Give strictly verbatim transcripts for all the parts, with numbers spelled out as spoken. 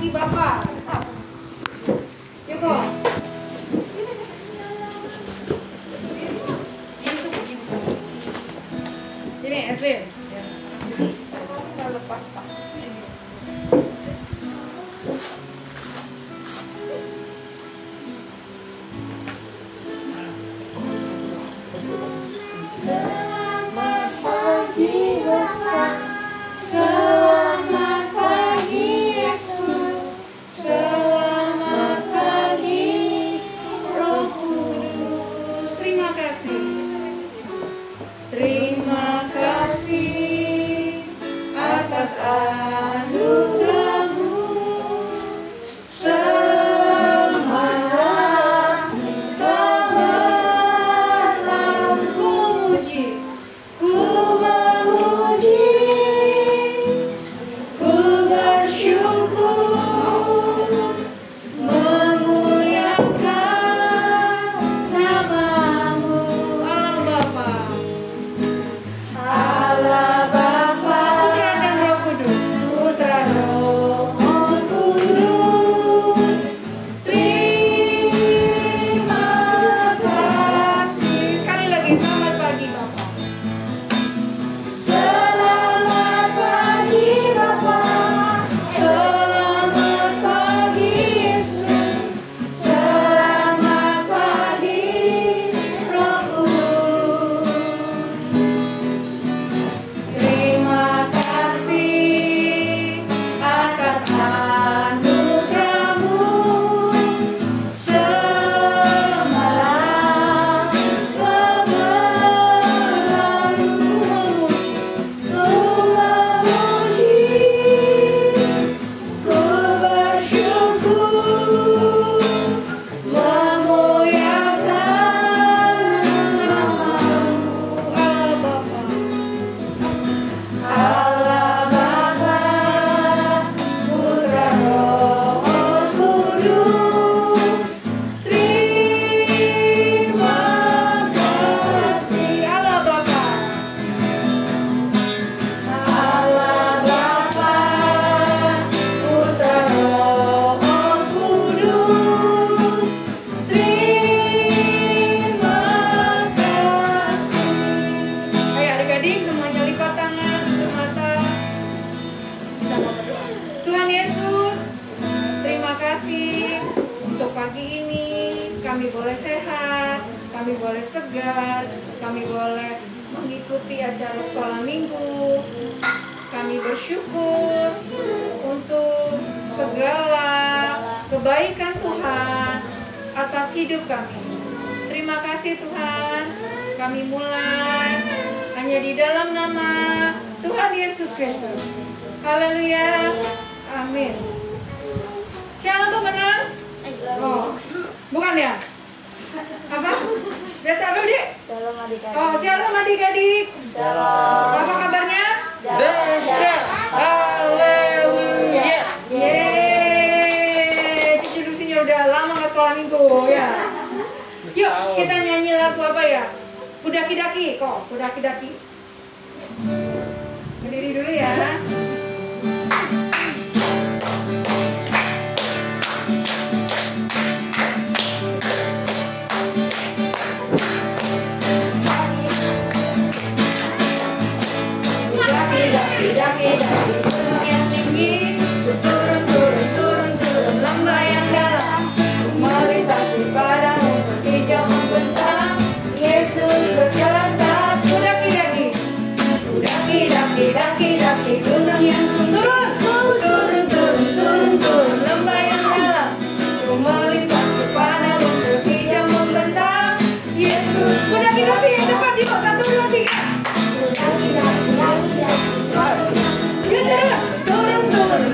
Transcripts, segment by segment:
pagi Bapak. Yuk kok. Sini Eslin. Nggak lepas Pak. Selamat pagi Bapak, selamat pagi Yesus, selamat pagi Roh Kudus. Terima kasih. Terima kasih atas anugerah-Mu. Semalam telah berlalu. Ku memuji. Ku memuji, ku bersyukur, memuliakan nama-Mu. Allah Bapa, Allah Bapa, Putra dan Roh Kudus. Putra Roh Kudus. Terima kasih. Sekali lagi selamat pagi Bapak. Selamat pagi Bapak, selamat pagi Yesus, selamat pagi Roh Kudus. Terima kasih atas anugerah-Mu. Semalam telah berlalu. Ku memuji, ku bersyukur, memuliakan nama-Mu. Allah Bapa, Allah Bapa, Putra Roh Kudus. Terima kasih. Allah Bapa, Allah Bapa, Putra Roh Kudus. Terima kasih. ayo adik-adik semuanya lipat tangan, tutup mata. Kita mau berdoa. Tuhan Yesus, terima kasih untuk pagi ini. Kami boleh sehat, kami boleh segar, kami boleh mengikuti acara sekolah minggu. Kami bersyukur untuk segala kebaikan Tuhan atas hidup kami. Terima kasih Tuhan. Kami mulai hanya di dalam nama Tuhan Yesus Kristus. Haleluya. Amin. Shalom pemenang. Oh, bukan ya? Apa? Biasa apa, Dek? Shalom adik-adik. Oh, shalom adik-adik. Shalom. Apa kabarnya? Dahsyat. Haleluya. Yeay. Cici Lusinya udah lama nggak sekolah minggu ya. Yuk, kita nyanyi lagu apa ya? Kudaki-daki kok, kudaki-daki. Berdiri dulu ya. Kudaki-daki-daki, gunung yang tinggi, turun, turun, turun, turun, lembah yang dalam. Melintasi padang untuk hijau membentang. Yesus berserta. Kudaki-daki, kudaki-daki, daki-daki, gunung yang turun, turun, turun, turun, turun, lembah yang dalam. Ku melintasi padang untuk hijau membentang. Yesus, kudaki-daki yang depan di kota turun tiga. Yuk turun, turun, turun,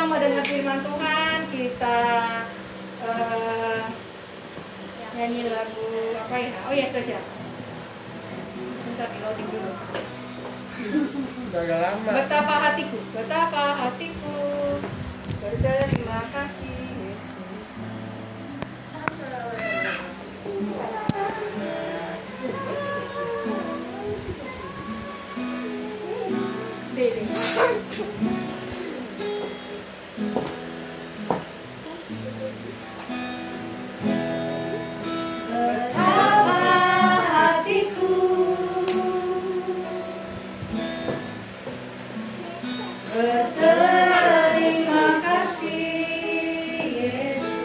mau dengar firman Tuhan, kita uh, nyanyi lagu apa ya? Oh ya, itu aja. Bentar di loading dulu. Udah lama. Betapa hatiku, betapa hatiku berterima kasih Yesus. Dede. Betapa hatiku berterima kasih Yesus,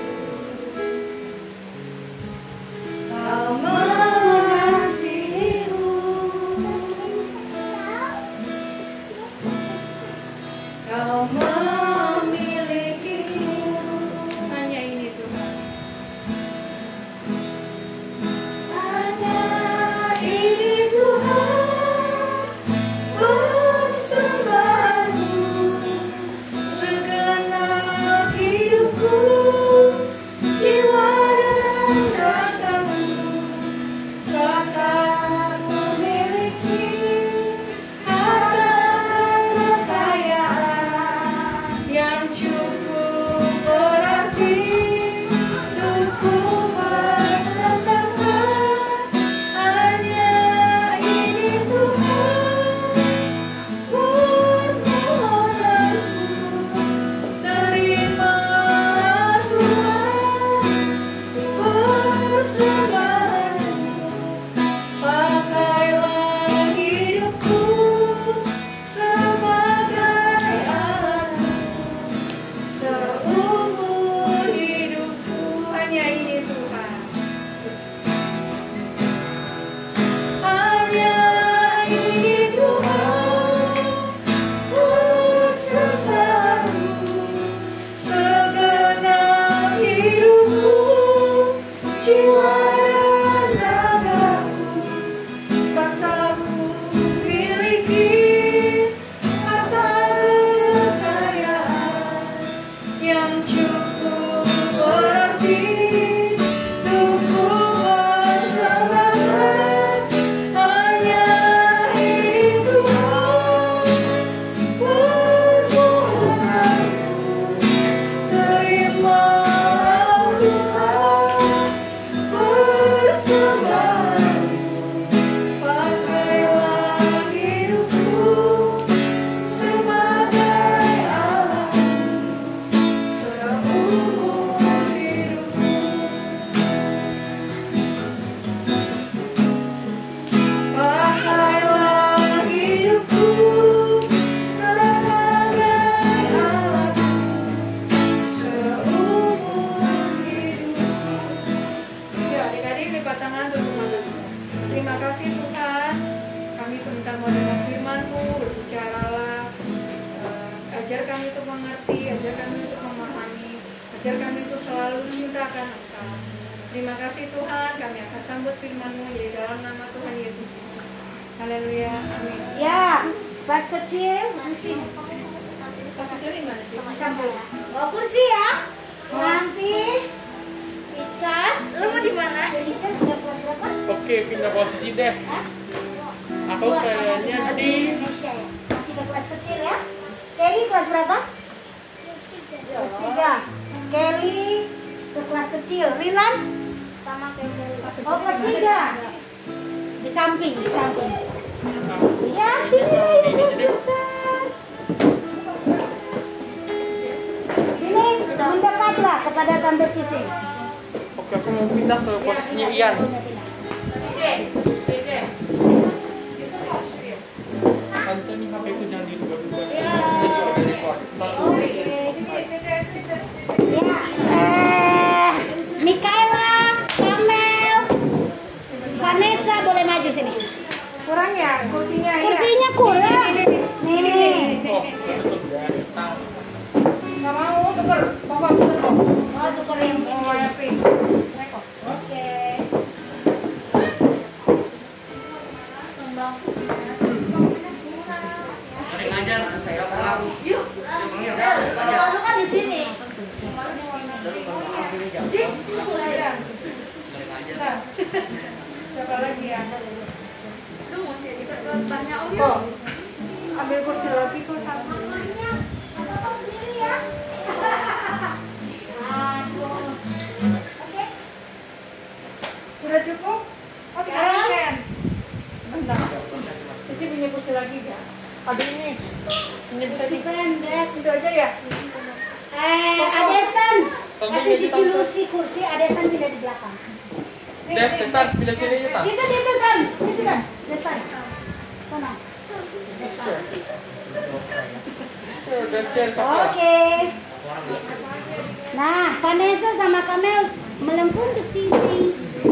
Kau mengasihiku, Kau memilikiku. Hanya ini Tuhan, hanya ini Tuhan, persembahanku, segenap hidupku, jiwa dan ragaku, takkan memiliki harta kekayaan yang cukup berarti untukku bersembahkan. Hanya ini Tuhan, permohonanku, terimalah Tuhan persembahanku, pakailah hidupku sebagai alatmu, seumur hidupku. Hanya ini Tuhan, hanya ini Tuhan, persembahanku, segenap hidupku, jiwa dan ragaku, kataku miliki harta kekayaan yang cukup berarti untukku bersembahkan. Hanya ini Tuhan, permohonanku, terimalah Tuhan persembahanku, pakailah hidupku sebagai alatmu, seumur hidupku. Pakailah hidupku sebagai alatmu, seumur hidupku. Ya, adik-adik lipat tangan berterima kasih. Terima kasih Tuhan, kami sebentar mau dengar firman-Mu, berbicaralah. Eh, ajar kami untuk mengerti, ajar kami untuk memahami, ajar kami untuk selalu cinta akan Engkau. Terima kasih Tuhan, kami akan sambut firman-Mu di dalam nama Tuhan Yesus Kristus. Haleluya, amin. Ya, kelas kecil, kursi. Pas kecil di mana sih? Sampai. Oh, kursi ya. Nanti Richard, lu mau di mana? Richard sudah kelas berapa? Oke, pindah posisi deh. Hah? Aku Dua, kayaknya sama di Indonesia ya. Masih ke kelas kecil ya. Kelly kelas berapa? Kelas tiga. Kelly ke kelas kecil. Rilan? Sama kayak Kelly. Oh, kelas tiga. Di samping, di samping. Ya, sini lah yang kelas besar. Ini mendekatlah kepada Tante Sisi. Oke, aku mau pindah ke posisinya Ian. Tante nih H P ku jangan dirubah-rubah. Jadi udah record. Ya, eh, Mikaela, Kamel, Vanessa boleh maju sini. Kurang ya kursinya? Kursinya kurang. Nih. Oh, betul ya. Nah, Nggak mau tuker, bapak tuker kok. Oh, tuker yang Mau ini. warna pink. Oke. Sering aja saya pulang. Yuk. Emangnya udah ngajar. Adesan, kasih Cici Lucy kursi, Adesan pindah di belakang. Des, Desan, pindah sini aja, Tan. Itu, itu kan, itu kan, Desan. Sana. Desan. Oke. Nah, Vanessa sama Kamel melempung ke sini.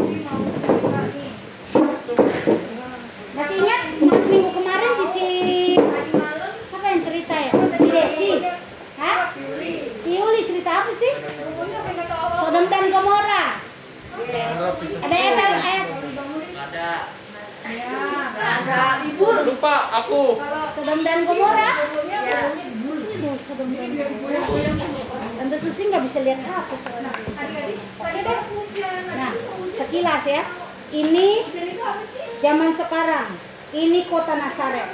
Masih ingat minggu kemarin Cici siapa yang cerita ya? Cici Desi. Hah? Ciuli cerita apa sih? Sodom dan Gomora. Ada ayat ayat. Ada. Ada ibu. Lupa aku. Sodom dan Gomora. Aduh, Sodom dan Gomora. Tante Susi nggak bisa lihat apa soalnya. Oke deh. Nah, sekilas ya. Ini zaman sekarang. Ini kota Nazaret.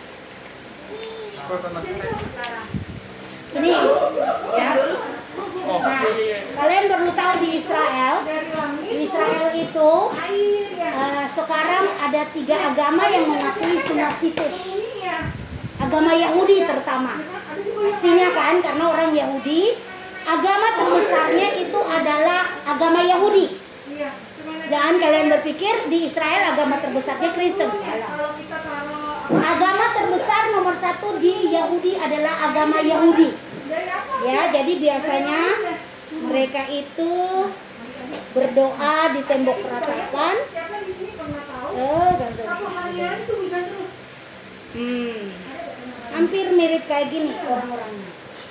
Ini ya. Oh, Nah, iya, iya. kalian perlu tahu di Israel, di Israel itu uh, sekarang ada tiga agama yang mengakui semua situs. Agama Yahudi terutama. Pastinya kan, karena orang Yahudi, agama terbesarnya itu adalah agama Yahudi. Jangan kalian berpikir di Israel agama terbesarnya Kristen sekarang. Agama terbesar nomor satu di Yahudi adalah agama Yahudi. Ya, jadi biasanya mereka itu berdoa di tembok ratapan. Oh, hmm, hampir mirip kayak gini orang-orangnya.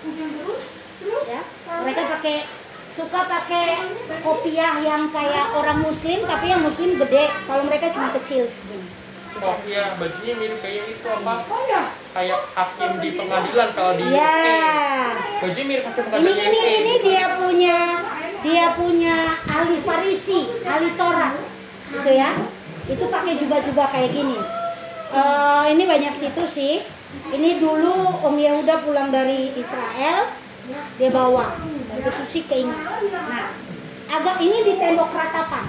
Ya, mereka pakai suka pakai kopiah yang kayak orang Muslim, tapi yang Muslim gede. Kalau mereka cuma kecil segini. Oh iya, bajunya mirip kayak itu apa? Kayak hakim di pengadilan kalau di Ya. U K. Bajunya mirip hakim Ini pengadilan ini U K. ini dia punya dia punya ahli Farisi, ahli Taurat, gitu ya. Itu pakai jubah-jubah kayak gini. Uh, ini banyak situs sih. Ini dulu Om Yehuda pulang dari Israel, dia bawa. Itu Susi keinget. Nah, agak ini di tembok ratapan.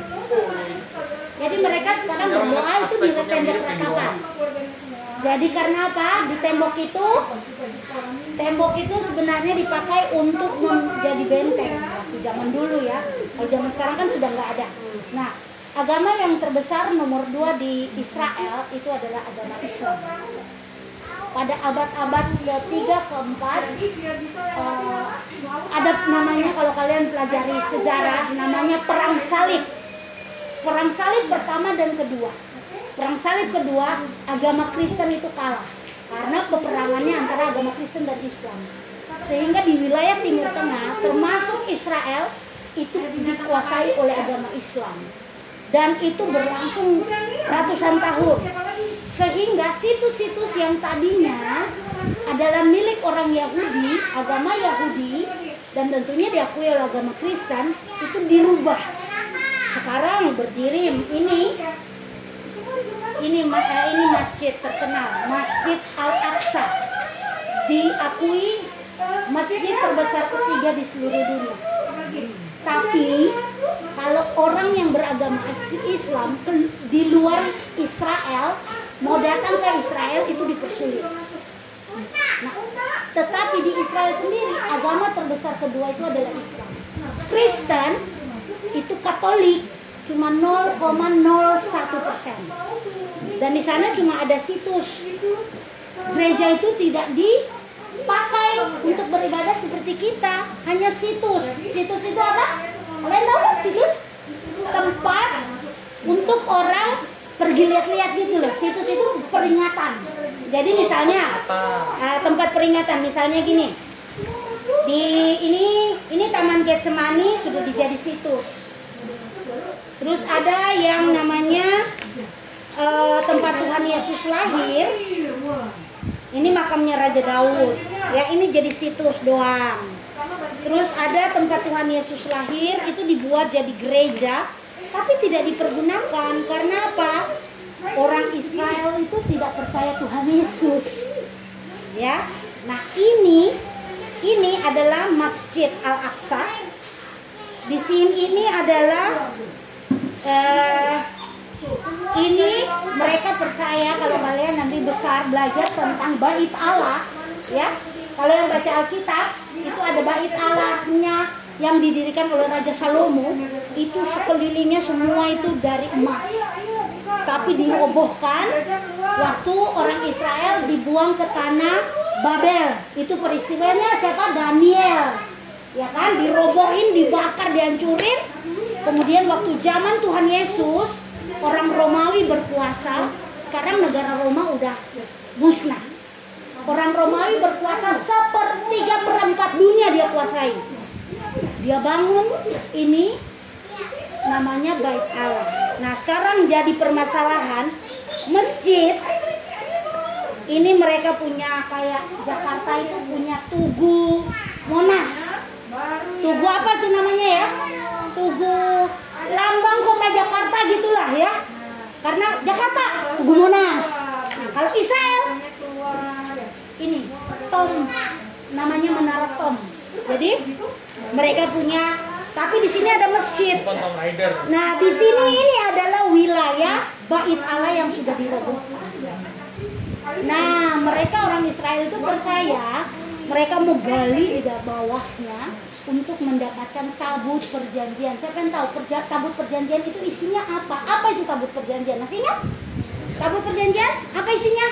Jadi mereka sekarang berdoa itu di tembok ratapan. Jadi karena apa? Di tembok itu, tembok itu sebenarnya dipakai untuk menjadi benteng waktu zaman dulu ya. Kalau zaman sekarang kan sudah nggak ada. Nah, agama yang terbesar nomor dua di Israel itu adalah agama Islam. Pada abad-abad ketiga keempat uh, ada namanya, kalau kalian pelajari sejarah, namanya perang salib. Perang salib pertama dan kedua. Perang salib kedua, agama Kristen itu kalah karena peperangannya antara agama Kristen dan Islam. Sehingga di wilayah Timur Tengah, termasuk Israel, itu dikuasai oleh agama Islam. Dan itu berlangsung ratusan tahun. Sehingga situs-situs yang tadinya adalah milik orang Yahudi, agama Yahudi, dan tentunya diakui oleh agama Kristen, itu dirubah. Sekarang berdiri ini ini ini masjid terkenal, Masjid Al-Aqsa, diakui masjid terbesar ketiga di seluruh dunia. Tapi kalau orang yang beragama Islam di luar Israel mau datang ke Israel itu dipersulit. Nah, tetapi di Israel sendiri agama terbesar kedua itu adalah Islam. Kristen itu Katolik cuma nol koma nol satu persen. Dan di sana cuma ada situs. Gereja itu tidak dipakai untuk beribadah seperti kita, hanya situs. Situs itu apa? Kalian tahu kan situs? Tempat untuk orang pergi lihat-lihat gitu loh. Situs itu peringatan. Jadi misalnya uh, tempat peringatan misalnya gini. Di ini ini Taman Getsemani sudah dijadi situs. Terus ada yang namanya uh, tempat Tuhan Yesus lahir. Ini makamnya Raja Daud. Ya, ini jadi situs doang. Terus ada tempat Tuhan Yesus lahir, itu dibuat jadi gereja, tapi tidak dipergunakan. Karena apa? Orang Israel itu tidak percaya Tuhan Yesus. Ya. Nah, ini ini adalah Masjid Al-Aqsa. Di sini ini adalah uh, ini mereka percaya kalau kalian nanti besar belajar tentang Bait Allah, ya, Kalau yang baca Alkitab, itu ada bait Allahnya yang didirikan oleh Raja Salomo. Itu sekelilingnya semua itu dari emas. Tapi dirobohkan waktu orang Israel dibuang ke tanah Babel. Itu peristiwanya siapa? Daniel. Ya kan, dirobohin, dibakar, dihancurin. Kemudian waktu zaman Tuhan Yesus, orang Romawi berkuasa. Sekarang negara Roma udah musnah. Orang Romawi berkuasa sepertiga perempat dunia dia kuasai. Dia bangun ini namanya Bait Allah. Nah, sekarang jadi permasalahan masjid ini mereka punya kayak Jakarta itu punya Tugu Monas. Tugu apa tuh namanya ya? Tugu lambang kota Jakarta gitulah ya. Karena Jakarta Tugu Monas. Nah, kalau Israel ini Tom, namanya Menara Tom. Jadi mereka punya, tapi di sini ada masjid. Nah, di sini ini adalah wilayah Bait Allah yang sudah dirobohkan. Nah, mereka orang Israel itu percaya mereka mau gali di bawahnya untuk mendapatkan tabut perjanjian. Siapa yang tahu perja, tabut perjanjian itu isinya apa? Apa itu tabut perjanjian? Masih ingat? Tabut perjanjian apa isinya?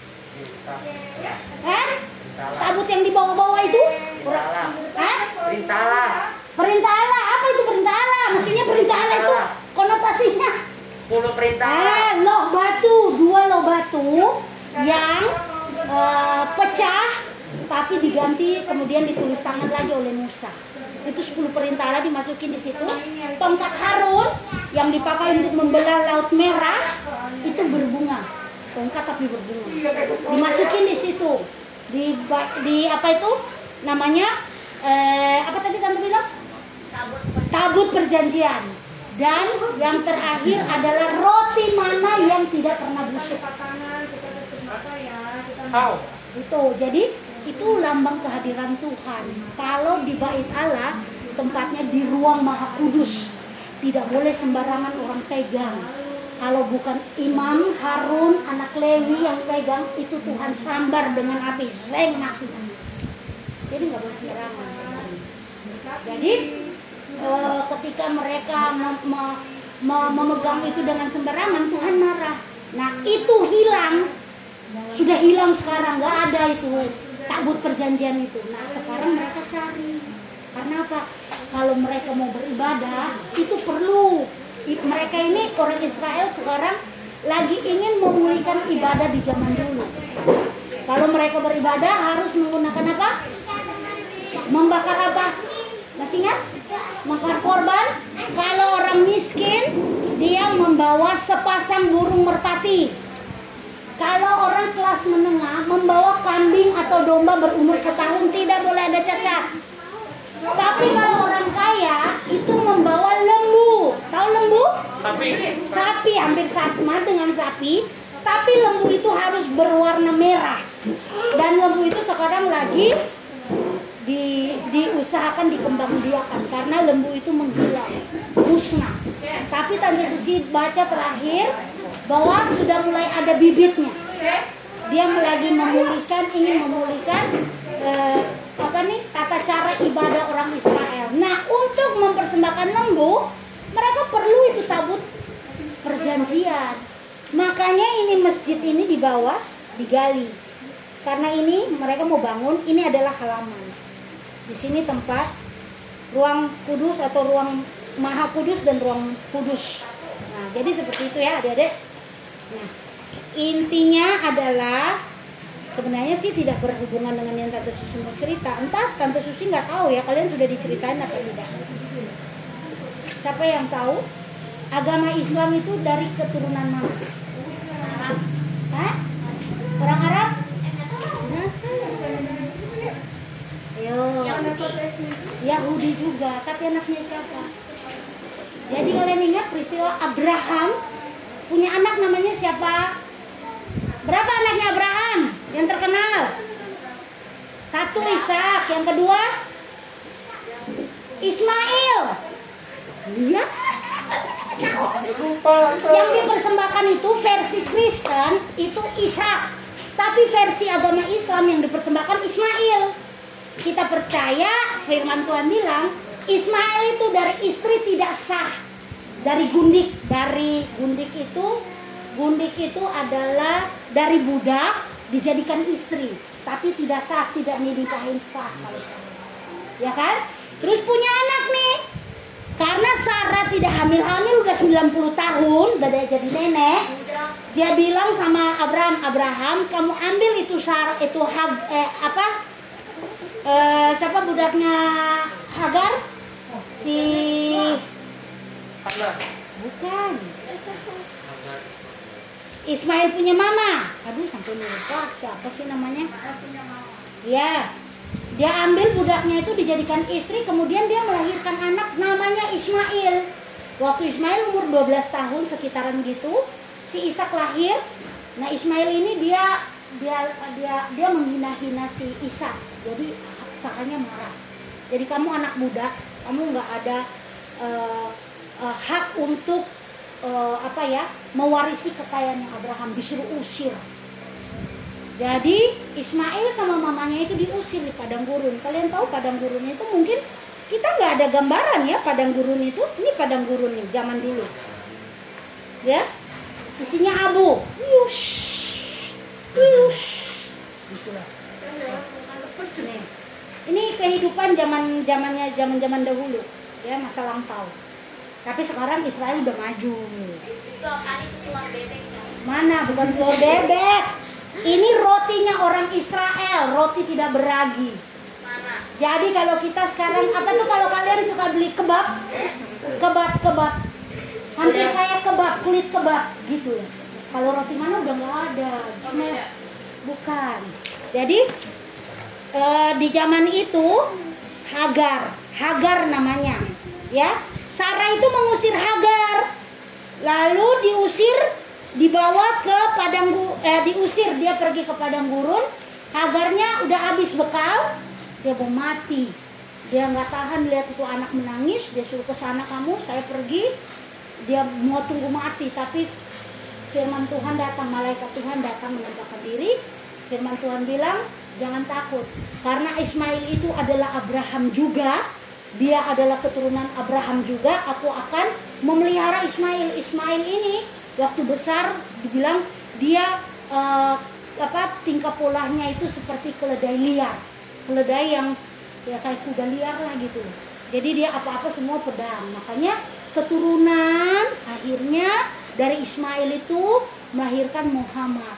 Hah? Tabut yang dibawa-bawa itu? Hah? Perintah Allah. Perintah Allah. Apa itu perintah Allah? Maksudnya perintah Allah itu konotasinya sepuluh perintah Allah. Eh, loh batu, dua loh batu yang uh, pecah tapi diganti kemudian ditulis tangan lagi oleh Musa. Itu sepuluh perintah Allah dimasukin di situ. Tongkat Harun yang dipakai untuk membelah Laut Merah itu berbunga. Tongkat tapi berbunga. Dimasukin di situ. Di di apa itu? Namanya eh, apa tadi tante bilang? Tabut. Tabut perjanjian. Dan yang terakhir adalah roti mana yang tidak pernah busuk. How? Itu. Jadi itu lambang kehadiran Tuhan. Kalau di Bait Allah tempatnya di ruang Maha Kudus. Tidak boleh sembarangan orang pegang. Kalau bukan Imam Harun anak Lewi yang pegang, itu Tuhan sambar dengan api, zeng mati. Jadi nggak boleh sembarangan. Jadi e, ketika mereka mem mem mem memegang itu dengan sembarangan, Tuhan marah. Nah itu hilang, sudah hilang sekarang, nggak ada itu tabut perjanjian itu. Nah sekarang mereka cari. Karena apa? Kalau mereka mau beribadah, itu perlu. Mereka ini orang Israel sekarang lagi ingin memulihkan ibadah di zaman dulu. Kalau mereka beribadah harus menggunakan apa? Membakar apa? Masih ingat? Membakar korban. Kalau orang miskin, dia membawa sepasang burung merpati. Kalau orang kelas menengah membawa kambing atau domba berumur setahun, tidak boleh ada cacat. Tapi kalau orang kaya itu membawa lembu. Tahu lembu? Sapi. Sapi, hampir sama dengan sapi. Tapi lembu itu harus berwarna merah. Dan lembu itu sekarang lagi di, diusahakan dikembangbiakan karena lembu itu menghilang, musnah. Tapi Tante Susi baca terakhir bahwa sudah mulai ada bibitnya. Dia lagi memulihkan, ingin memulihkan eh, apa nih tata cara ibadah orang Israel. Nah, untuk mempersembahkan lembu, mereka perlu itu tabut perjanjian. Makanya ini masjid ini di bawah digali. Karena ini mereka mau bangun, ini adalah halaman. Di sini tempat ruang kudus atau ruang maha kudus dan ruang kudus. Nah, jadi seperti itu ya, adik-adik. Nah, intinya adalah sebenarnya sih tidak berhubungan dengan yang Tante Susi mau cerita. Entah Tante Susi nggak tahu ya, kalian sudah diceritain atau tidak. Siapa yang tahu agama Islam itu dari keturunan mana? Hah? Orang Arab? Ayo. Yahudi juga, tapi anaknya siapa? Jadi kalian ingat peristiwa Abraham punya anak namanya siapa? Berapa anaknya Abraham yang terkenal? Satu Ishak, yang kedua Ismail. Iya. Yang dipersembahkan itu versi Kristen itu Ishak. Tapi versi agama Islam yang dipersembahkan Ismail. Kita percaya firman Tuhan bilang Ismail itu dari istri tidak sah, dari gundik. Dari gundik itu, gundik itu adalah dari budak dijadikan istri, tapi tidak sah, tidak dinikahin sah kalau ya kan? Terus punya anak nih. Karena Sarah tidak hamil-hamil udah sembilan puluh tahun, udah jadi nenek. Dia bilang sama Abraham, Abraham, kamu ambil itu Sarah, itu Hag, eh, apa? Eh, siapa budaknya Hagar? Si Hana. bukan. Ismail punya mama. Aduh, sampai lupa siapa sih namanya? Ya. Dia ambil budaknya itu dijadikan istri, kemudian dia melahirkan anak namanya Ismail. Waktu Ismail umur dua belas tahun sekitaran gitu, si Ishak lahir. Nah, Ismail ini dia dia dia dia menghina-hina si Ishak. Jadi Ishaknya marah. Jadi kamu anak muda, kamu nggak ada uh, uh, hak untuk uh, apa ya, mewarisi kekayaannya Abraham, disuruh usir. Jadi Ismail sama mamanya itu diusir di padang gurun. Kalian tahu padang gurun itu mungkin kita nggak ada gambaran ya padang gurun itu. Ini padang gurun nih zaman dulu. Ya, isinya abu. Yush, yush. Itulah. Nih. Ini kehidupan zaman zamannya zaman zaman dahulu, ya masa lampau. Tapi sekarang Israel udah maju. Mana bukan telur bebek. Ini rotinya orang Israel, roti tidak beragi. Mana? Jadi kalau kita sekarang, apa tuh kalau kalian suka beli kebab? Kebab-kebab. Hampir kayak kebab, kulit kebab gitu ya. Kalau roti mana udah nggak ada. Cuma, bukan. Jadi eh, di zaman itu Hagar, Hagar namanya. Ya, Sarah itu mengusir Hagar. Lalu diusir, dibawa ke padang eh, diusir, dia pergi ke padang gurun. Hagarnya udah habis bekal, dia mau mati. Dia nggak tahan lihat itu anak menangis, dia suruh ke sana kamu, saya pergi. Dia mau tunggu mati, tapi firman Tuhan datang, malaikat Tuhan datang menampakkan diri. Firman Tuhan bilang, jangan takut, karena Ismail itu adalah Abraham juga. Dia adalah keturunan Abraham juga. Aku akan memelihara Ismail. Ismail ini waktu besar dibilang dia uh, apa tingkah polanya itu seperti keledai liar, keledai yang ya kayak kuda liar lah gitu. Jadi dia apa-apa semua pedang. Makanya keturunan akhirnya dari Ismail itu melahirkan Muhammad.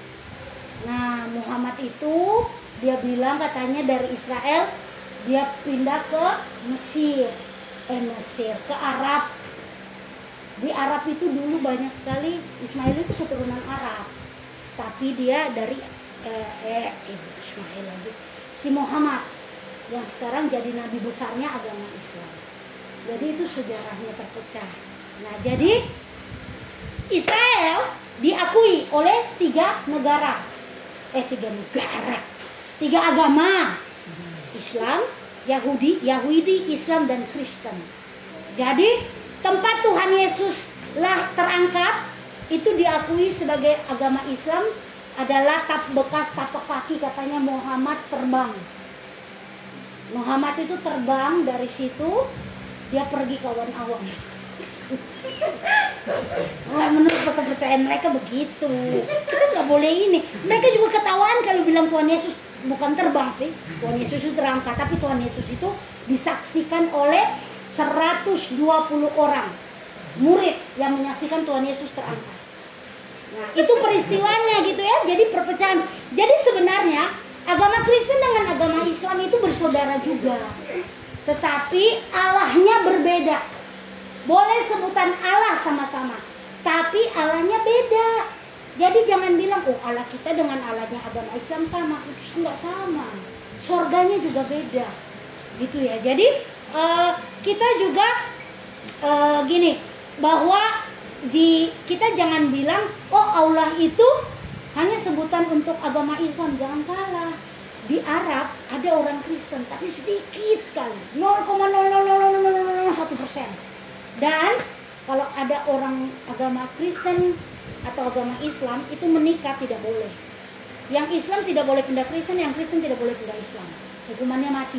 Nah, Muhammad itu dia bilang katanya dari Israel dia pindah ke Mesir, eh Mesir ke Arab. Di Arab itu dulu banyak sekali, Ismail itu keturunan Arab. Tapi dia dari eh, eh Ismail lagi, si Muhammad yang sekarang jadi nabi besarnya agama Islam. Jadi itu sejarahnya terpecah. Nah, jadi Israel diakui oleh tiga negara. Eh tiga negara. Tiga agama. Islam, Yahudi, Yahudi, Islam dan Kristen. Jadi tempat Tuhan Yesus lah terangkat itu diakui sebagai agama Islam adalah tap bekas tapak kaki katanya Muhammad terbang. Muhammad itu terbang dari situ dia pergi ke awan-awan. Nah, menurut kepercayaan mereka begitu. Kita nggak boleh ini. Mereka juga ketawaan kalau bilang Tuhan Yesus bukan terbang sih. Tuhan Yesus itu terangkat, tapi Tuhan Yesus itu disaksikan oleh seratus dua puluh orang murid yang menyaksikan Tuhan Yesus terangkat. Nah, itu peristiwanya gitu ya. Jadi perpecahan. Jadi sebenarnya agama Kristen dengan agama Islam itu bersaudara juga. Tetapi Allahnya berbeda. Boleh sebutan Allah sama-sama, tapi Allahnya beda. Jadi jangan bilang, oh Allah kita dengan Allahnya agama Islam sama. Itu enggak sama. Surganya juga beda. Gitu ya. Jadi uh, kita juga uh, gini, bahwa di kita jangan bilang, oh Allah itu hanya sebutan untuk agama Islam. Jangan salah. Di Arab ada orang Kristen, tapi sedikit sekali, nol koma nol nol nol nol nol satu persen. Dan kalau ada orang agama Kristen atau agama Islam itu menikah tidak boleh. Yang Islam tidak boleh pindah Kristen, yang Kristen tidak boleh pindah Islam. Hukumannya mati.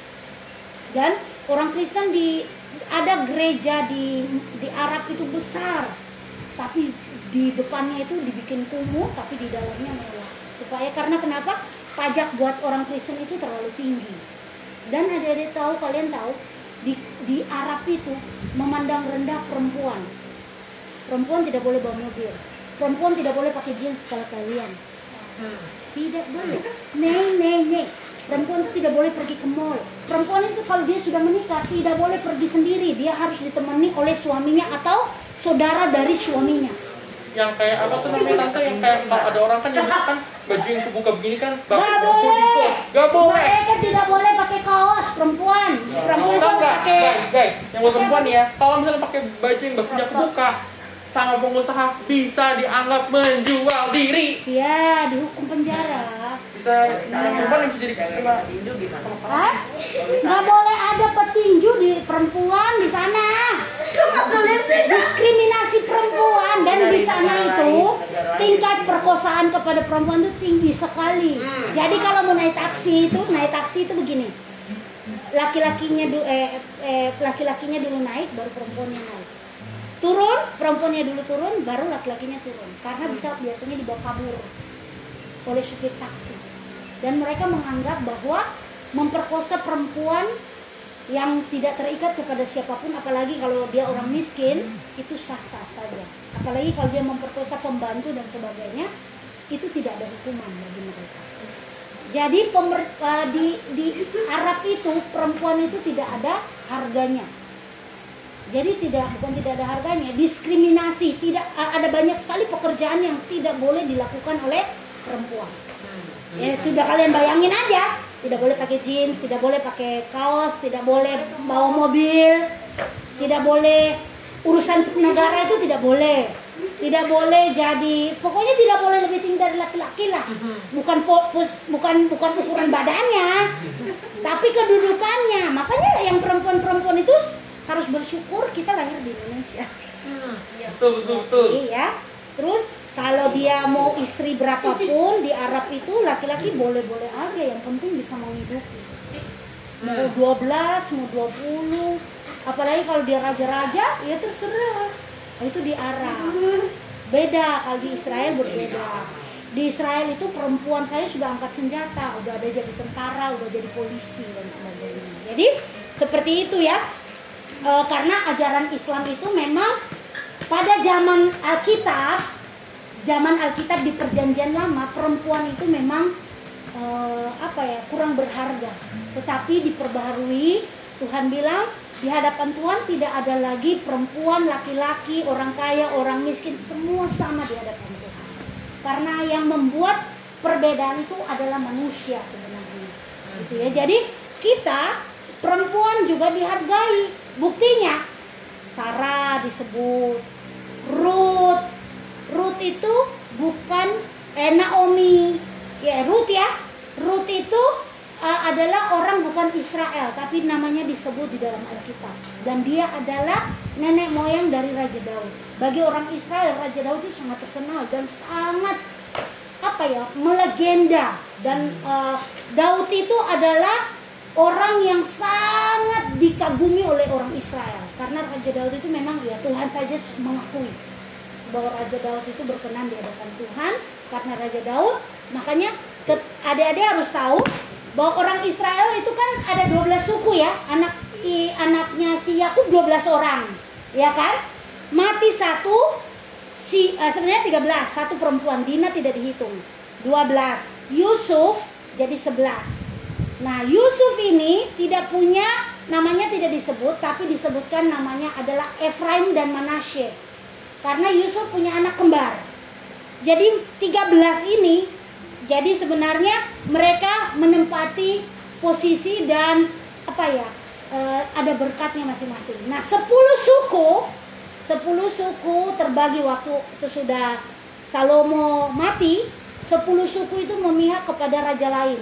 Dan orang Kristen di ada gereja di di Arab itu besar, tapi di depannya itu dibikin kumuh, tapi di dalamnya mewah. Supaya karena kenapa? Pajak buat orang Kristen itu terlalu tinggi. Dan adik-adik tahu, kalian tahu di di Arab itu memandang rendah perempuan. Perempuan tidak boleh bawa mobil. Perempuan tidak boleh pakai jeans kalau kalian. Tidak boleh. Neng, neng, neng. Perempuan itu tidak boleh pergi ke mall. Perempuan itu kalau dia sudah menikah tidak boleh pergi sendiri. Dia harus ditemani oleh suaminya atau saudara dari suaminya. Yang kayak apa tuh namanya tante, yang kayak kalau ada orang kan yang kan baju yang kebuka begini kan. Gak boleh. Gak boleh. Mereka tidak boleh pakai kaos perempuan. Perempuan itu Enggak, pakai. guys, guys, yang buat perempuan nih ya, kalau misalnya pakai baju yang bajunya kebuka, sama pengusaha bisa dianggap menjual diri. Ya, dihukum penjara. Bisa, sama perempuan yang bisa jadi kayak Tinju gimana? Hah? Nggak boleh ada petinju di perempuan di sana. Diskriminasi perempuan, dan di sana itu tingkat perkosaan kepada perempuan itu tinggi sekali. Jadi kalau mau naik taksi itu, naik taksi itu begini. Laki-lakinya du- eh, eh, laki-lakinya dulu naik, baru perempuannya naik. Turun, perempuannya dulu turun, baru laki-lakinya turun. Karena bisa biasanya dibawa kabur oleh supir taksi. Dan mereka menganggap bahwa memperkosa perempuan yang tidak terikat kepada siapapun, apalagi kalau dia orang miskin, itu sah-sah saja. Apalagi kalau dia memperkosa pembantu dan sebagainya, itu tidak ada hukuman bagi mereka. Jadi pemer, uh, di, di Arab itu perempuan itu tidak ada harganya. Jadi tidak, bukan tidak ada harganya, diskriminasi. Tidak, uh, ada banyak sekali pekerjaan yang tidak boleh dilakukan oleh perempuan. Ya sudah kalian bayangin aja, tidak boleh pakai jeans, tidak boleh pakai kaos, tidak boleh bawa mobil, tidak boleh urusan negara itu tidak boleh, tidak boleh jadi, pokoknya tidak boleh lebih tinggi dari laki-laki lah. Bukan fokus, bukan bukan ukuran badannya, tapi kedudukannya. Makanya yang perempuan-perempuan itu harus bersyukur kita lahir di Indonesia. betul betul betul. Iya. Terus kalau dia mau istri berapapun di Arab itu laki-laki boleh-boleh aja, yang penting bisa menghidupi. Mau dua belas, mau dua puluh, apalagi kalau dia raja-raja, ya terserah. Itu di Arab. Beda, kalau di Israel berbeda. Di Israel itu perempuan saya sudah angkat senjata, udah ada jadi tentara, udah jadi polisi dan sebagainya. Jadi seperti itu ya. E, karena ajaran Islam itu memang pada zaman Alkitab, zaman Alkitab di Perjanjian Lama, perempuan itu memang eh, apa ya, kurang berharga. Tetapi diperbaharui, Tuhan bilang di hadapan Tuhan tidak ada lagi perempuan, laki-laki, orang kaya, orang miskin, semua sama di hadapan Tuhan. Karena yang membuat perbedaan itu adalah manusia sebenarnya. Gitu ya. Jadi kita perempuan juga dihargai. Buktinya Sarah disebut, Ruth Ruth itu bukan eh, Naomi, ya Ruth ya. Ruth itu uh, adalah orang bukan Israel, tapi namanya disebut di dalam Alkitab. Dan dia adalah nenek moyang dari Raja Daud. Bagi orang Israel, Raja Daud itu sangat terkenal dan sangat apa ya, melegenda. Dan uh, Daud itu adalah orang yang sangat dikagumi oleh orang Israel. Karena Raja Daud itu memang ya Tuhan saja mengakui bahwa Raja Daud itu berkenan di hadapan Tuhan. Karena Raja Daud, makanya adik-adik harus tahu bahwa orang Israel itu kan ada dua belas suku ya. Anak i, anaknya si Yakub dua belas orang, ya kan? Mati satu, si uh, sebenarnya tiga belas, satu perempuan, Dina tidak dihitung. dua belas. Yusuf jadi sebelas. Nah, Yusuf ini tidak punya, namanya tidak disebut, tapi disebutkan namanya adalah Efraim dan Manasye. Karena Yusuf punya anak kembar. Jadi tiga belas ini, jadi sebenarnya mereka menempati posisi dan apa ya, e, ada berkatnya masing-masing. Nah, sepuluh suku, sepuluh suku terbagi waktu sesudah Salomo mati, sepuluh suku itu memihak kepada raja lain.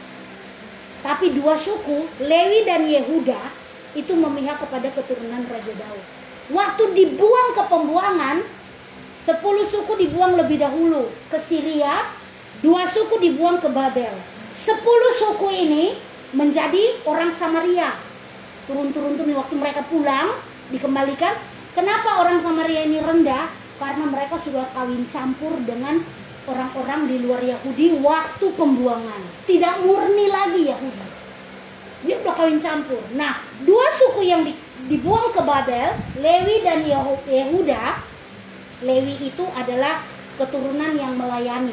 Tapi dua suku, Lewi dan Yehuda, itu memihak kepada keturunan Raja Daud. Waktu dibuang ke pembuangan, sepuluh suku dibuang lebih dahulu ke Syria, Dua suku dibuang ke Babel. Sepuluh suku ini menjadi orang Samaria. Turun-turun-turun waktu mereka pulang, dikembalikan. Kenapa orang Samaria ini rendah? Karena mereka sudah kawin campur dengan orang-orang di luar Yahudi waktu pembuangan. Tidak murni lagi Yahudi. Dia udah kawin campur. Nah, dua suku yang dibuang ke Babel, Lewi dan Yehuda. Lewi itu adalah keturunan yang melayani.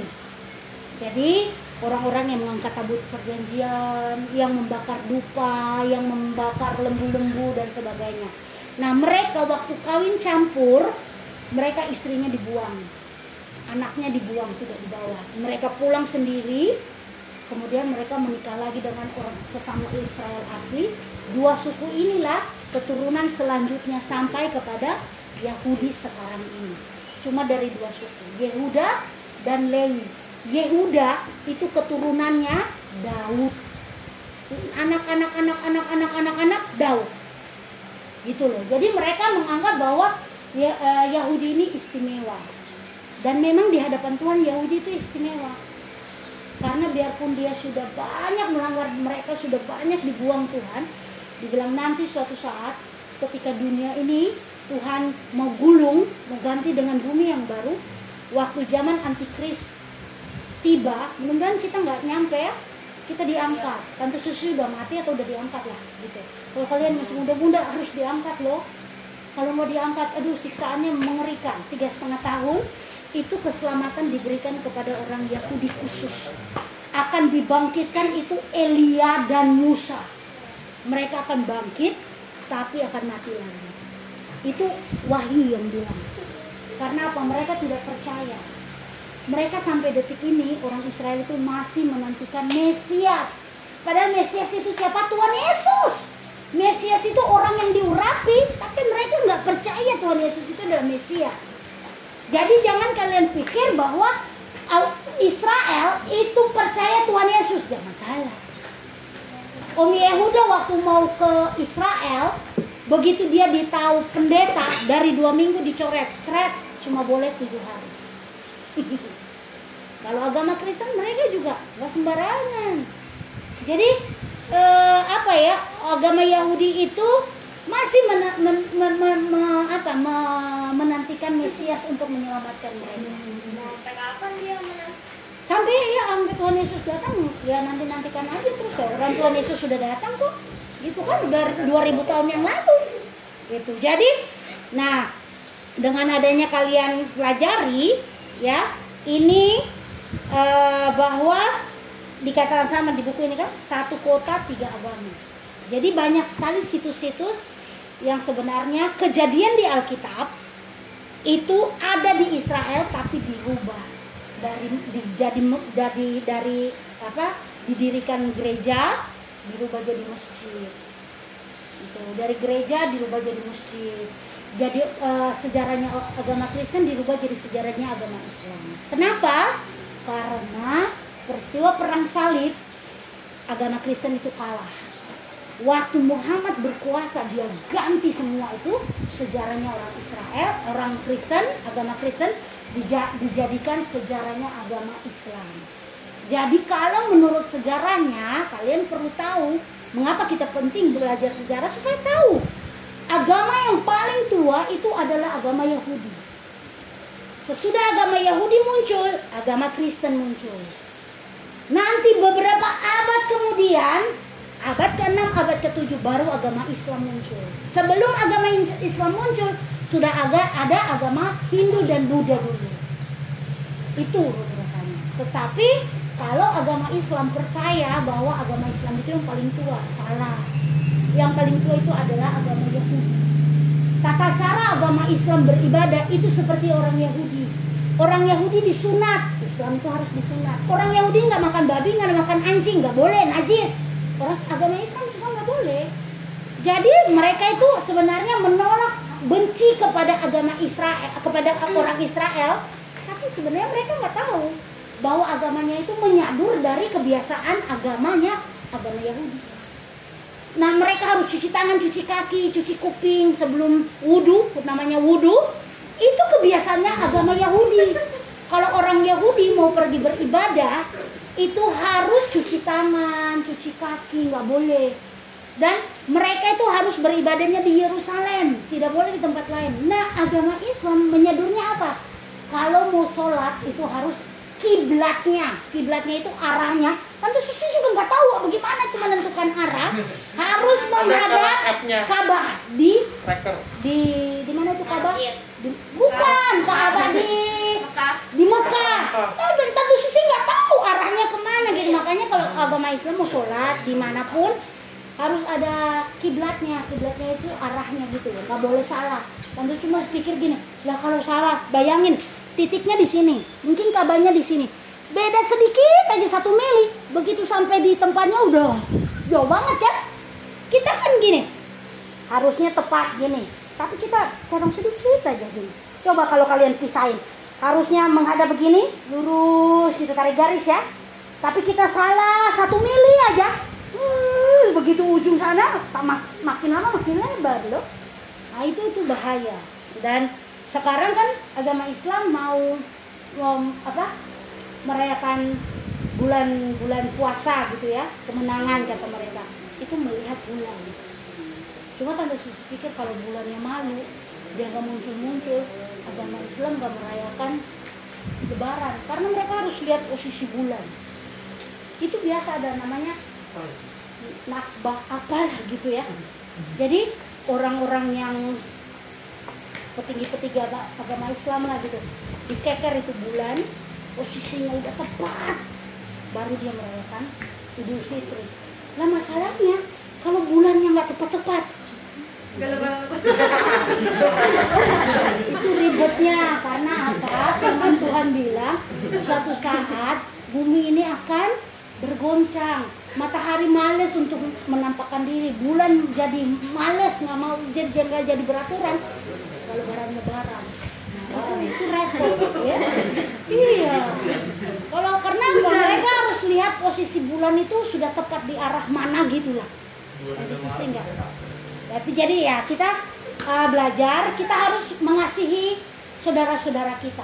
Jadi orang-orang yang mengangkat tabut perjanjian, yang membakar dupa, yang membakar lembu-lembu dan sebagainya. Nah, mereka waktu kawin campur, mereka istrinya dibuang, anaknya dibuang, tidak dibawa. Mereka pulang sendiri, kemudian mereka menikah lagi dengan orang sesama Israel asli. Dua suku inilah keturunan selanjutnya sampai kepada Yahudi sekarang ini. Cuma dari dua suku, Yehuda dan Lewi. Yehuda itu keturunannya Daud. Anak-anak anak-anak anak-anak anak Daud. Gitu loh. Jadi mereka menganggap bahwa ya, uh, Yahudi ini istimewa. Dan memang di hadapan Tuhan Yahudi itu istimewa. Karena biarpun dia sudah banyak melanggar, mereka sudah banyak dibuang Tuhan, dibilang nanti suatu saat ketika dunia ini Tuhan mau gulung, mau ganti dengan bumi yang baru, waktu zaman antikris tiba, mudah-mudahan kita nggak nyampe ya, kita diangkat. Tante Susi udah mati atau udah diangkat lah gitu. Kalau kalian masih muda-muda harus diangkat loh. Kalau mau diangkat, aduh siksaannya mengerikan. Tiga setengah tahun itu keselamatan diberikan kepada orang Yahudi khusus. Akan dibangkitkan itu Elia dan Musa. Mereka akan bangkit, tapi akan mati lagi. Itu wahyu yang bilang. Karena apa? Mereka tidak percaya. Mereka sampai detik ini orang Israel itu masih menantikan Mesias. Padahal Mesias itu siapa? Tuhan Yesus. Mesias itu orang yang diurapi, tapi mereka nggak percaya Tuhan Yesus itu adalah Mesias. Jadi jangan kalian pikir bahwa Israel itu percaya Tuhan Yesus. Jangan salah. Om Yehuda waktu mau ke Israel, begitu dia ditahu pendeta, dari dua minggu dicoret, threat cuma boleh tujuh hari. Kalau agama Kristen mereka juga nggak sembarangan. Jadi eh, apa ya, agama Yahudi itu masih men, men, men, men, men, apa, menantikan Mesias untuk menyelamatkan mereka. Sampai kapan dia menanti? Sampai ya sampai Tuhan Yesus datang, ya nanti nantikan aja terus ya. Orang Tuhan Yesus sudah datang kok, gitu kan, udah dua ribu tahun yang lalu. Gitu. Jadi, nah dengan adanya kalian pelajari ya, ini uh, bahwa dikatakan sama di buku ini kan, satu kota tiga agama. Jadi banyak sekali situs-situs yang sebenarnya kejadian di Alkitab itu ada di Israel tapi dirubah dari jadi dari dari apa didirikan gereja dirubah jadi masjid. Itu dari gereja dirubah jadi masjid. Jadi uh, sejarahnya agama Kristen dirubah jadi sejarahnya agama Islam. Kenapa? Karena peristiwa perang salib agama Kristen itu kalah. Waktu Muhammad berkuasa dia ganti semua itu, sejarahnya orang Israel, orang Kristen, agama Kristen dijadikan sejarahnya agama Islam. Jadi kalau menurut sejarahnya kalian perlu tahu mengapa kita penting belajar sejarah, supaya tahu agama yang paling tua itu adalah agama Yahudi. Sesudah agama Yahudi muncul, agama Kristen muncul. Nanti beberapa abad kemudian, abad keenam, abad ketujuh, baru agama Islam muncul. Sebelum agama Islam muncul, sudah ada, ada agama Hindu dan Buddha dulu. Itu urutannya. Tetapi kalau agama Islam percaya bahwa agama Islam itu yang paling tua, salah. Yang paling tua itu adalah agama Yahudi. Tata cara agama Islam beribadah itu seperti orang Yahudi. Orang Yahudi disunat, Islam itu harus disunat. Orang Yahudi nggak makan babi, nggak makan anjing, nggak boleh, najis. Orang agama Islam juga nggak boleh. Jadi mereka itu sebenarnya menolak, benci kepada agama Israel, kepada orang Israel. Tapi sebenarnya mereka nggak tahu bahwa agamanya itu menyadur dari kebiasaan agamanya agama Yahudi. Nah mereka harus cuci tangan, cuci kaki, cuci kuping sebelum wudhu, namanya wudhu. Itu kebiasaannya agama Yahudi. Kalau orang Yahudi mau pergi beribadah, itu harus cuci tangan, cuci kaki, nggak boleh. Dan mereka itu harus beribadahnya di Yerusalem, tidak boleh di tempat lain. Nah, agama Islam menyedurnya apa? Kalau mau sholat itu harus kiblatnya, kiblatnya itu arahnya. Tentu Susi juga nggak tahu bagaimana itu menentukan arah. Harus menghadap Ka'bah di Tracker. di di mana itu Ka'bah? Di, bukan Ka'bah di di Mekah. Nah, tentu Susi nggak tahu arahnya kemana gitu. Makanya kalau agama Islam mau sholat dimanapun harus ada kiblatnya, kiblatnya itu arahnya gitu ya, nggak boleh salah. Tentu cuma pikir gini, lah kalau salah, bayangin titiknya di sini, mungkin Ka'bahnya di sini, beda sedikit aja satu mili, begitu sampai di tempatnya udah jauh banget ya. Kita kan gini, harusnya tepat gini, tapi kita serong sedikit aja gini. Coba kalau kalian pisahin, harusnya menghadap begini, lurus gitu, tarik garis ya. Tapi kita salah satu mili aja. Hmm, begitu ujung sana mak makin lama makin lebar loh. Nah itu itu bahaya. Dan sekarang kan agama Islam mau um, apa merayakan bulan-bulan puasa gitu ya, kemenangan kata mereka. Itu melihat bulan. Cuma tante Susi pikir kalau bulannya malu, dia nggak muncul-muncul, agama Islam nggak merayakan Lebaran karena mereka harus lihat posisi bulan. Itu biasa ada namanya nakbah apalah gitu ya. Jadi orang-orang yang petinggi-petinggi agama Islam lah gitu, dikeker itu bulan, posisinya udah tepat, baru dia merayakan Idul Fitri. Nah masalahnya kalau bulannya nggak tepat-tepat, itu ribetnya. Karena apa? Firman Tuhan bilang suatu saat bumi ini akan bergoncang, matahari males untuk menampakkan diri, bulan jadi males, nggak mau jadi nggak jadi beraturan. Kalau lebaran-lebaran, nah, itu itu repot, ya. Iya. Kalau karena mereka harus lihat posisi bulan itu sudah tepat di arah mana gitulah. Jadi sisi enggak. Berarti jadi ya kita uh, belajar, kita harus mengasihi saudara-saudara kita.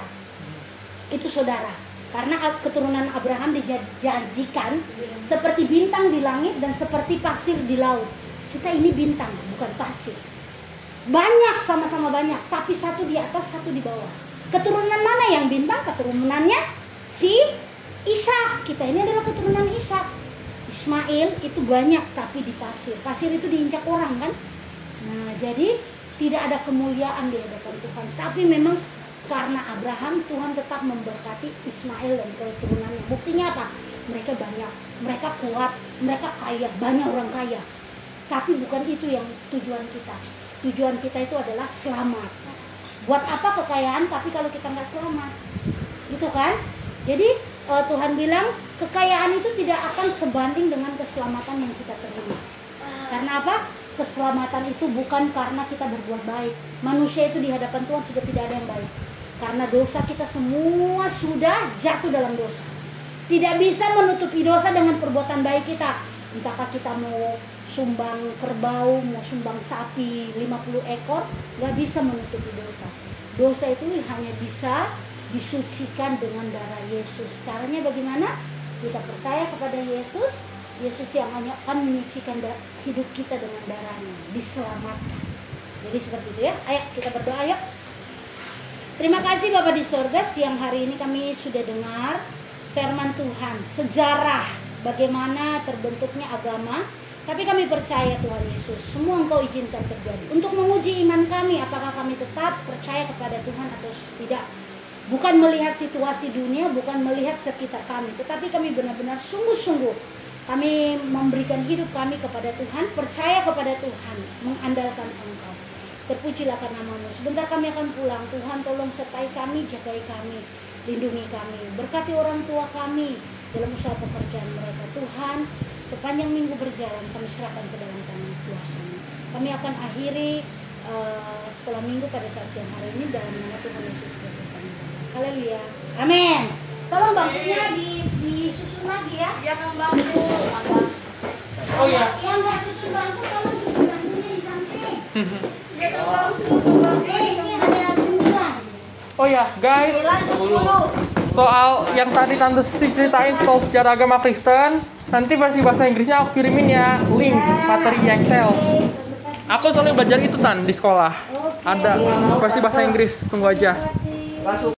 Itu saudara. Karena keturunan Abraham dijanjikan seperti bintang di langit dan seperti pasir di laut. Kita ini bintang, bukan pasir. Banyak, sama-sama banyak, tapi satu di atas, satu di bawah. Keturunan mana yang bintang? Keturunannya si Ishak. Kita ini adalah keturunan Ishak. Ismail itu banyak, tapi di pasir. Pasir itu diinjak orang kan? Nah, jadi tidak ada kemuliaan di hadapan Tuhan. Tapi memang karena Abraham, Tuhan tetap memberkati Ismail dan keturunannya. Buktinya apa? Mereka banyak, mereka kuat, mereka kaya, banyak orang kaya. Tapi bukan itu yang tujuan kita. Tujuan kita itu adalah selamat. Buat apa kekayaan tapi kalau kita nggak selamat? Gitu kan? Jadi uh, Tuhan bilang kekayaan itu tidak akan sebanding dengan keselamatan yang kita terima. Karena apa? Keselamatan itu bukan karena kita berbuat baik. Manusia itu di hadapan Tuhan sudah tidak ada yang baik. Karena dosa kita semua sudah jatuh dalam dosa. Tidak bisa menutupi dosa dengan perbuatan baik kita. Entahkah kita mau sumbang kerbau, mau sumbang sapi lima puluh ekor, gak bisa menutupi dosa. Dosa itu hanya bisa disucikan dengan darah Yesus. Caranya bagaimana? Kita percaya kepada Yesus, Yesus yang hanya akan menyucikan hidup kita dengan darahnya, diselamatkan. Jadi seperti itu ya. Ayo kita berdoa yuk. Terima kasih Bapak di sorga, siang hari ini kami sudah dengar firman Tuhan, sejarah bagaimana terbentuknya agama. Tapi kami percaya Tuhan Yesus, semua Engkau izinkan terjadi untuk menguji iman kami, apakah kami tetap percaya kepada Tuhan atau tidak. Bukan melihat situasi dunia, bukan melihat sekitar kami, tetapi kami benar-benar sungguh-sungguh kami memberikan hidup kami kepada Tuhan, percaya kepada Tuhan, mengandalkan Engkau. Terpujilah nama-Mu. Sebentar kami akan pulang. Tuhan tolong sertai kami, jagai kami, lindungi kami, berkati orang tua kami dalam usaha pekerjaan mereka. Tuhan, sepanjang minggu berjalan kami serahkan ke dalam tangan kuasa-Mu. Kami akan akhiri uh, sekolah minggu pada saat siang hari ini dalam nama Tuhan Yesus Kristus kami. Haleluya. Amin. Tolong bangkunya di disusun lagi ya. Iya Kang bangku. Oh ya. Yang nggak susun bangku tolong susun bangkunya di samping. Iya Kang bangku. Eh, ini ada sembilan. Oh ya, guys. Sembilan, sepuluh. soal yang tadi Tante Sisi ceritain soal sejarah agama Kristen, nanti versi bahasa Inggrisnya aku kirimin ya, link materinya Excel. Aku soalnya belajar itu Tan di sekolah. Ada versi bahasa Inggris, tunggu aja.